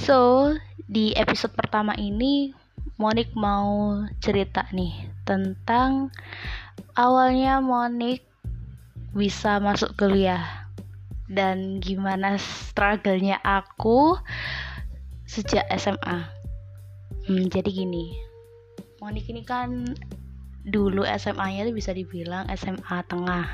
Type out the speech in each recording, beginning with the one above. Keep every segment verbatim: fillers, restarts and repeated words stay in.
So, di episode pertama ini Monik mau cerita nih tentang awalnya Monik bisa masuk kuliah dan gimana struggle-nya aku sejak S M A. Hmm, jadi gini, Monik ini kan dulu S M A-nya tuh bisa dibilang S M A tengah.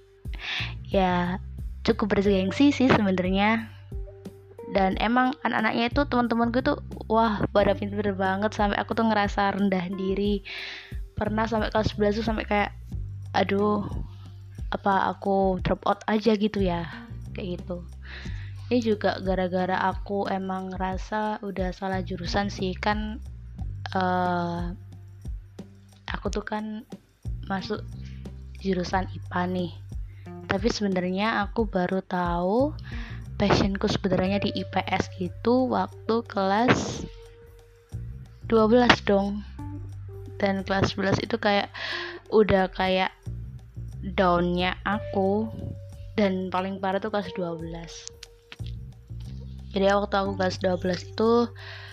Ya, cukup bergengsi sih sebenarnya. Dan emang anak-anaknya itu teman-temanku tuh wah pada pinter banget sampai aku tuh ngerasa rendah diri. Pernah sampai kelas sebelas tuh sampai kayak aduh apa aku drop out aja gitu ya, kayak gitu. Ini juga gara-gara aku emang ngerasa udah salah jurusan sih kan. uh, aku tuh kan masuk jurusan I P A nih, tapi sebenarnya aku baru tahu passionku sebenarnya di I P S itu waktu kelas dua belas dong. Dan kelas sebelas itu kayak udah kayak downnya aku, dan paling parah tuh kelas dua belas. Jadi waktu aku kelas dua belas itu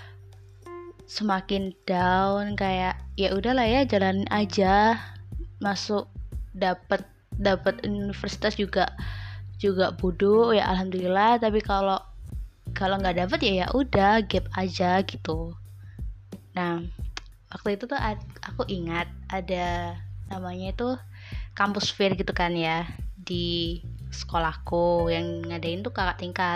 semakin down, kayak ya udahlah ya jalanin aja, masuk dapat dapat universitas juga juga bodoh ya alhamdulillah, tapi kalau kalau nggak dapet ya ya udah gap aja gitu. Nah waktu itu tuh aku ingat ada namanya itu kampus fair gitu kan ya di sekolahku, yang ngadain tuh kakak tingkat.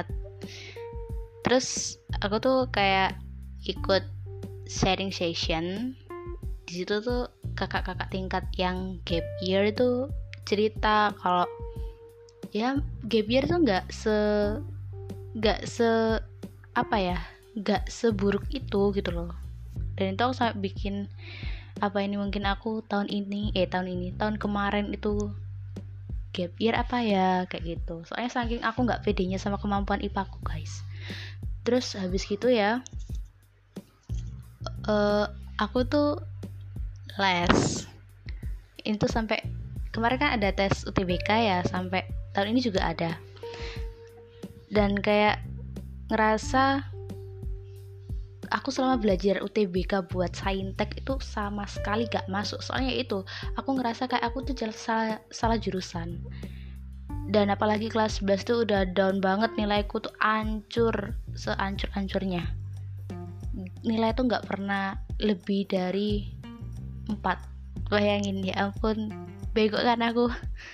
Terus aku tuh kayak ikut sharing session di situ tuh kakak-kakak tingkat yang gap year itu cerita kalau ya gap year tuh nggak se nggak se apa ya nggak seburuk itu gitu loh. Dan itu aku sampai bikin apa ini mungkin aku tahun ini eh tahun ini tahun kemarin itu gap year apa ya kayak gitu. Soalnya saking aku nggak pedenya sama kemampuan I P A aku guys. Terus habis gitu ya uh, aku tuh les itu sampai kemarin kan ada tes U T B K ya, sampai tahun ini juga ada. Dan kayak ngerasa aku selama belajar U T B K buat saintek itu sama sekali gak masuk. Soalnya itu aku ngerasa kayak aku tuh salah, salah jurusan. Dan apalagi kelas sebelas tuh udah down banget, nilaiku tuh hancur seancur-ancurnya. Nilai tuh gak pernah lebih dari empat. Bayangin ya ampun, bego kan aku.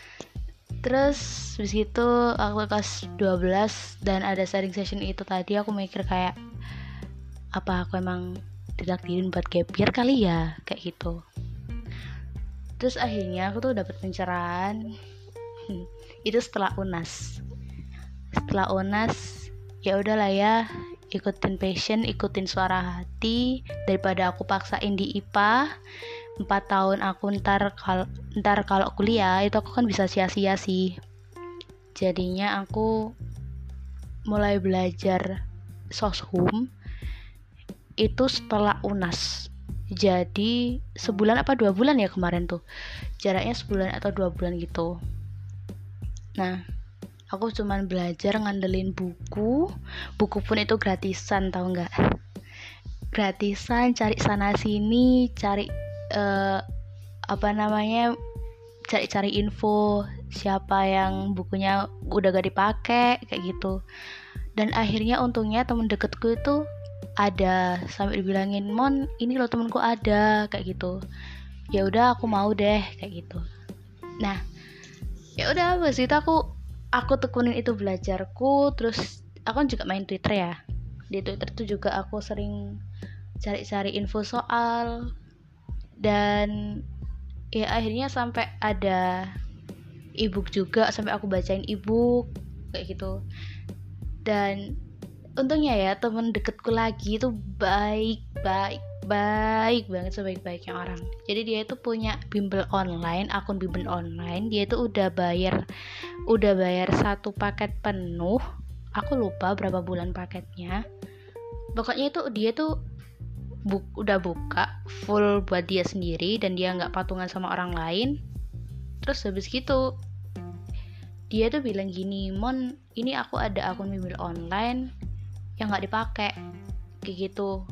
Terus habis itu aku kelas dua belas dan ada sharing session itu tadi, aku mikir kayak apa aku emang ditakdirin buat gap year kali ya, kayak gitu. Terus akhirnya aku tuh dapet pencerahan itu setelah U N A S. Setelah U N A S ya udahlah ya, ikutin passion, ikutin suara hati, daripada aku paksain di I P A empat tahun aku ntar kalau ntar kalau kuliah itu aku kan bisa sia-sia sih. Jadinya aku mulai belajar soshum itu setelah U N A S. Jadi sebulan apa dua bulan ya kemarin tuh, jaraknya sebulan atau dua bulan gitu. Nah aku cuman belajar ngandelin buku buku pun itu gratisan, tahu nggak? Gratisan, cari sana sini, cari uh, apa namanya cari-cari info siapa yang bukunya udah gak dipakai kayak gitu. Dan akhirnya untungnya temen deketku itu ada, sampai dibilangin, "Mon, ini loh temenku ada," kayak gitu. Ya udah aku mau deh kayak gitu. Nah ya udah pas itu aku aku tekunin itu belajarku. Terus aku kan juga main Twitter ya, di Twitter tuh juga aku sering cari-cari info soal. Dan ya akhirnya sampai ada ebook juga, sampai aku bacain ebook kayak gitu. Dan untungnya ya temen deketku lagi itu baik baik baik banget, sebaik-baiknya orang. Jadi dia itu punya bimbel online, akun bimbel online. Dia itu udah bayar udah bayar satu paket penuh, aku lupa berapa bulan paketnya. Pokoknya itu dia tuh buk, udah buka full buat dia sendiri dan dia nggak patungan sama orang lain. Terus habis gitu dia tuh bilang gini, "Mon, ini aku ada akun bimbel online yang nggak dipakai, kayak gitu.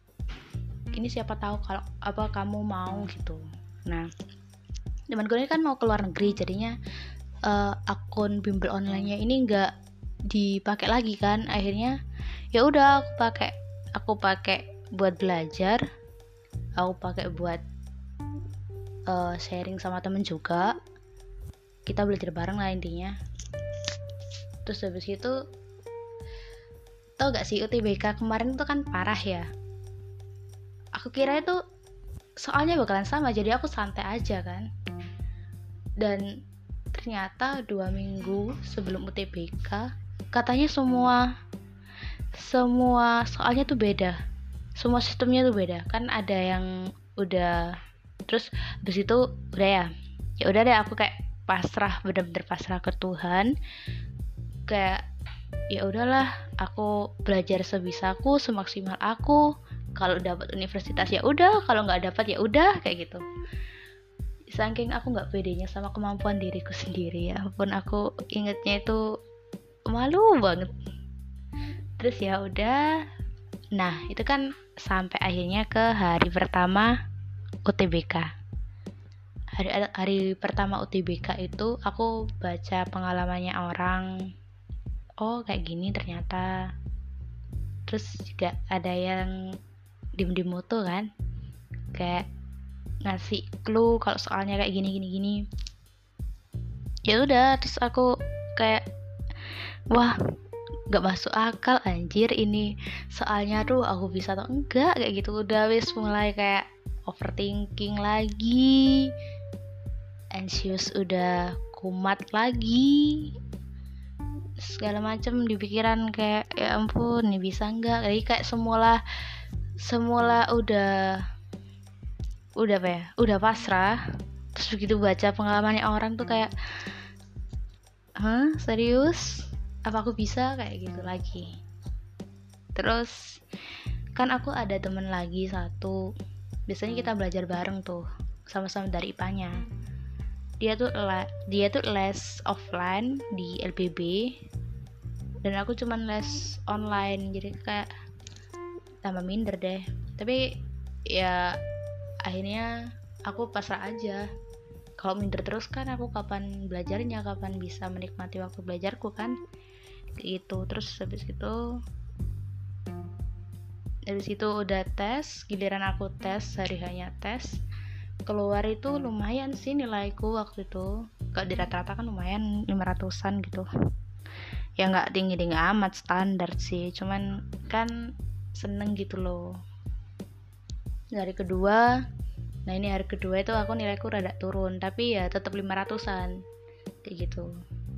Ini siapa tahu kalau apa kamu mau gitu. Nah, temanku ini kan mau keluar negeri, jadinya uh, akun bimbel online-nya ini nggak dipakai lagi kan. Akhirnya ya udah aku pakai aku pakai buat belajar, aku pakai buat uh, sharing sama temen juga. Kita belajar bareng lah intinya. Terus habis itu, tau gak sih U T B K kemarin tuh kan parah ya. Aku kira itu soalnya bakalan sama, jadi aku santai aja kan. Dan ternyata dua minggu sebelum U T B K katanya semua semua soalnya tuh beda, semua sistemnya tuh beda kan. Ada yang udah, terus habis itu udah ya ya udah deh, aku kayak pasrah, bener-bener pasrah ke Tuhan. Kayak ya udahlah, aku belajar sebisaku, semaksimal aku. Kalau dapat universitas ya udah, kalau nggak dapat ya udah, kayak gitu. Saking aku nggak pedenya sama kemampuan diriku sendiri, ya pun aku ingetnya itu malu banget. Terus ya udah, nah itu kan sampai akhirnya ke hari pertama U T B K. Hari hari pertama U T B K itu aku baca pengalamannya orang. Oh kayak gini ternyata. Terus juga ada yang dim-dim mutu kan, kayak ngasih clue kalau soalnya kayak gini gini gini. Ya udah, terus aku kayak wah, nggak masuk akal anjir, ini soalnya tuh aku bisa atau enggak, kayak gitu. Udah wis mulai kayak overthinking lagi, anxious udah kumat lagi, segala macam di pikiran, kayak ya ampun ini bisa enggak. Jadi kayak semula semula udah udah apa ya udah pasrah. Terus begitu baca pengalamannya orang tuh kayak, hah serius, apa aku bisa, kayak gitu lagi. Terus kan aku ada temen lagi satu, biasanya kita belajar bareng tuh, sama-sama dari I P A-nya. Dia tuh la- dia tuh les offline di L B B, dan aku cuman les online, jadi kayak tambah minder deh. Tapi ya akhirnya aku pasrah aja. Kalau minder terus kan aku kapan belajarnya, kapan bisa menikmati waktu belajarku kan, kayak gitu. Terus habis itu habis itu udah tes, giliran aku tes, hari hanya tes. Keluar itu lumayan sih nilaiku waktu itu. Kalau di rata-rata kan lumayan lima ratusan gitu. Ya nggak tinggi-tinggi amat, standar sih, cuman kan seneng gitu loh. Hari kedua, nah ini hari kedua itu aku nilaiku rada turun, tapi ya tetap lima ratusan kayak gitu.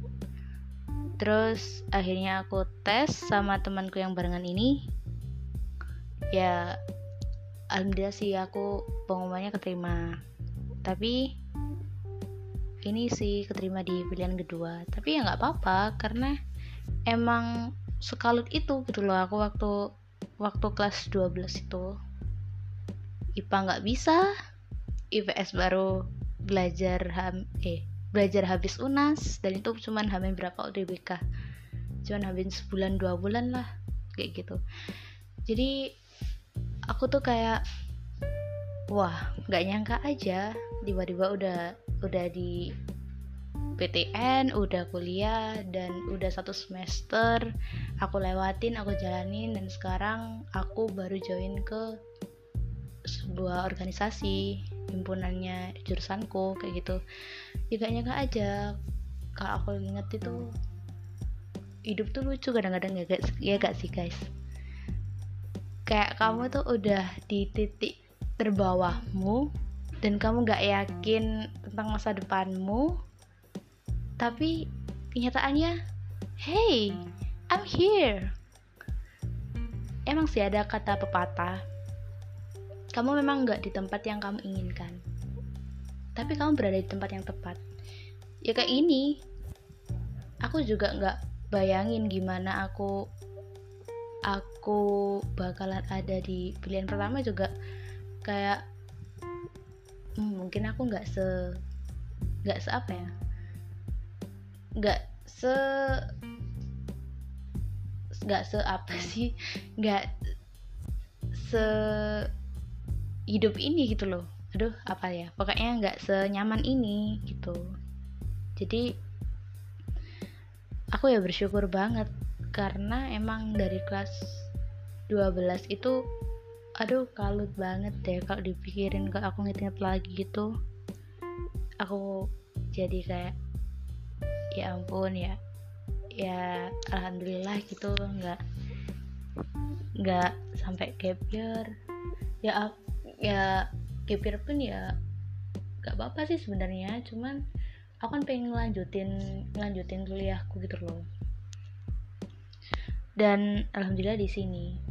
Terus akhirnya aku tes sama temanku yang barengan ini. Ya alhamdulillah sih aku pengumumannya keterima. Tapi ini sih keterima di pilihan kedua. Tapi ya nggak apa-apa, karena emang sekalut itu gitu loh aku waktu waktu kelas dua belas itu. I P A nggak bisa, I P S baru belajar ham, eh belajar habis U N A S, dan itu cuman hamil berapa U T B K, cuman habis sebulan dua bulan lah kayak gitu. Jadi aku tuh kayak wah, nggak nyangka aja tiba-tiba udah udah di P T N, udah kuliah, dan udah satu semester aku lewatin, aku jalanin, dan sekarang aku baru join ke sebuah organisasi himpunannya jurusanku kayak gitu. Ya gak nyangka aja. Kalau aku inget itu, hidup tuh lucu kadang-kadang, ya gak, ya gak sih guys? Kayak kamu tuh udah di titik terbawahmu dan kamu gak yakin tentang masa depanmu, tapi kenyataannya, hey, I'm here. Emang sih ada kata pepatah, kamu memang gak di tempat yang kamu inginkan, tapi kamu berada di tempat yang tepat. Ya kayak ini, aku juga gak bayangin gimana aku aku bakalan ada di pilihan pertama juga. Kayak hmm, mungkin aku gak se gak se apa ya gak se gak se apa sih gak se hidup ini gitu loh. Aduh apa ya, pokoknya nggak senyaman ini gitu. Jadi aku ya bersyukur banget karena emang dari kelas dua belas itu aduh kalut banget deh kalau dipikirin, kalau aku nginget lagi gitu. Aku jadi kayak ya ampun ya, ya alhamdulillah gitu, nggak nggak sampai gap year. Ya ya gap year pun ya nggak apa-apa sih sebenarnya, cuman aku kan pengen ngelanjutin ngelanjutin kuliahku gitu loh. Dan alhamdulillah di sini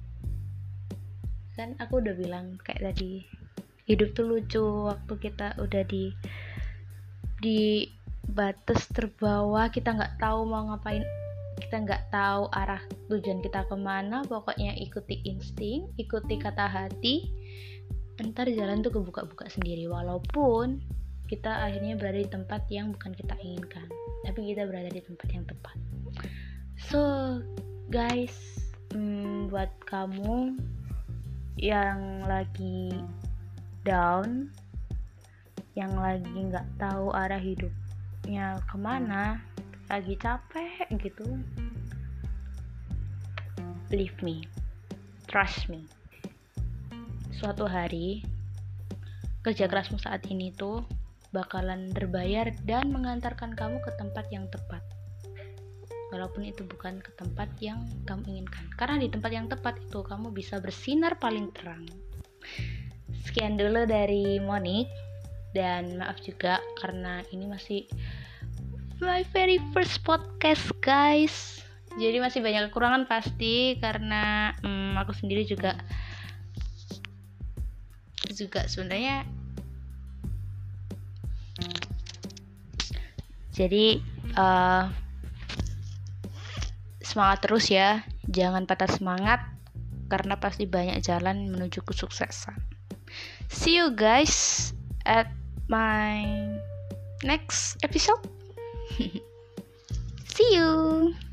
kan aku udah bilang kayak tadi, hidup tuh lucu waktu kita udah di di batas terbawah, kita nggak tahu mau ngapain, kita nggak tahu arah tujuan kita kemana, pokoknya ikuti insting, ikuti kata hati, entar jalan tuh kebuka-buka sendiri. Walaupun kita akhirnya berada di tempat yang bukan kita inginkan, tapi kita berada di tempat yang tepat. So guys, hmm, buat kamu yang lagi down, yang lagi nggak tahu arah hidupnya kemana, lagi capek gitu, believe me, trust me, suatu hari kerja kerasmu saat ini tuh bakalan berbayar dan mengantarkan kamu ke tempat yang tepat, walaupun itu bukan ke tempat yang kamu inginkan, karena di tempat yang tepat itu kamu bisa bersinar paling terang. Sekian dulu dari Monik, dan maaf juga karena ini masih my very first podcast guys, jadi masih banyak kekurangan pasti, karena hmm, aku sendiri juga juga sebenarnya jadi uh, semangat terus ya, jangan patah semangat karena pasti banyak jalan menuju kesuksesan. See you guys at my next episode. See you.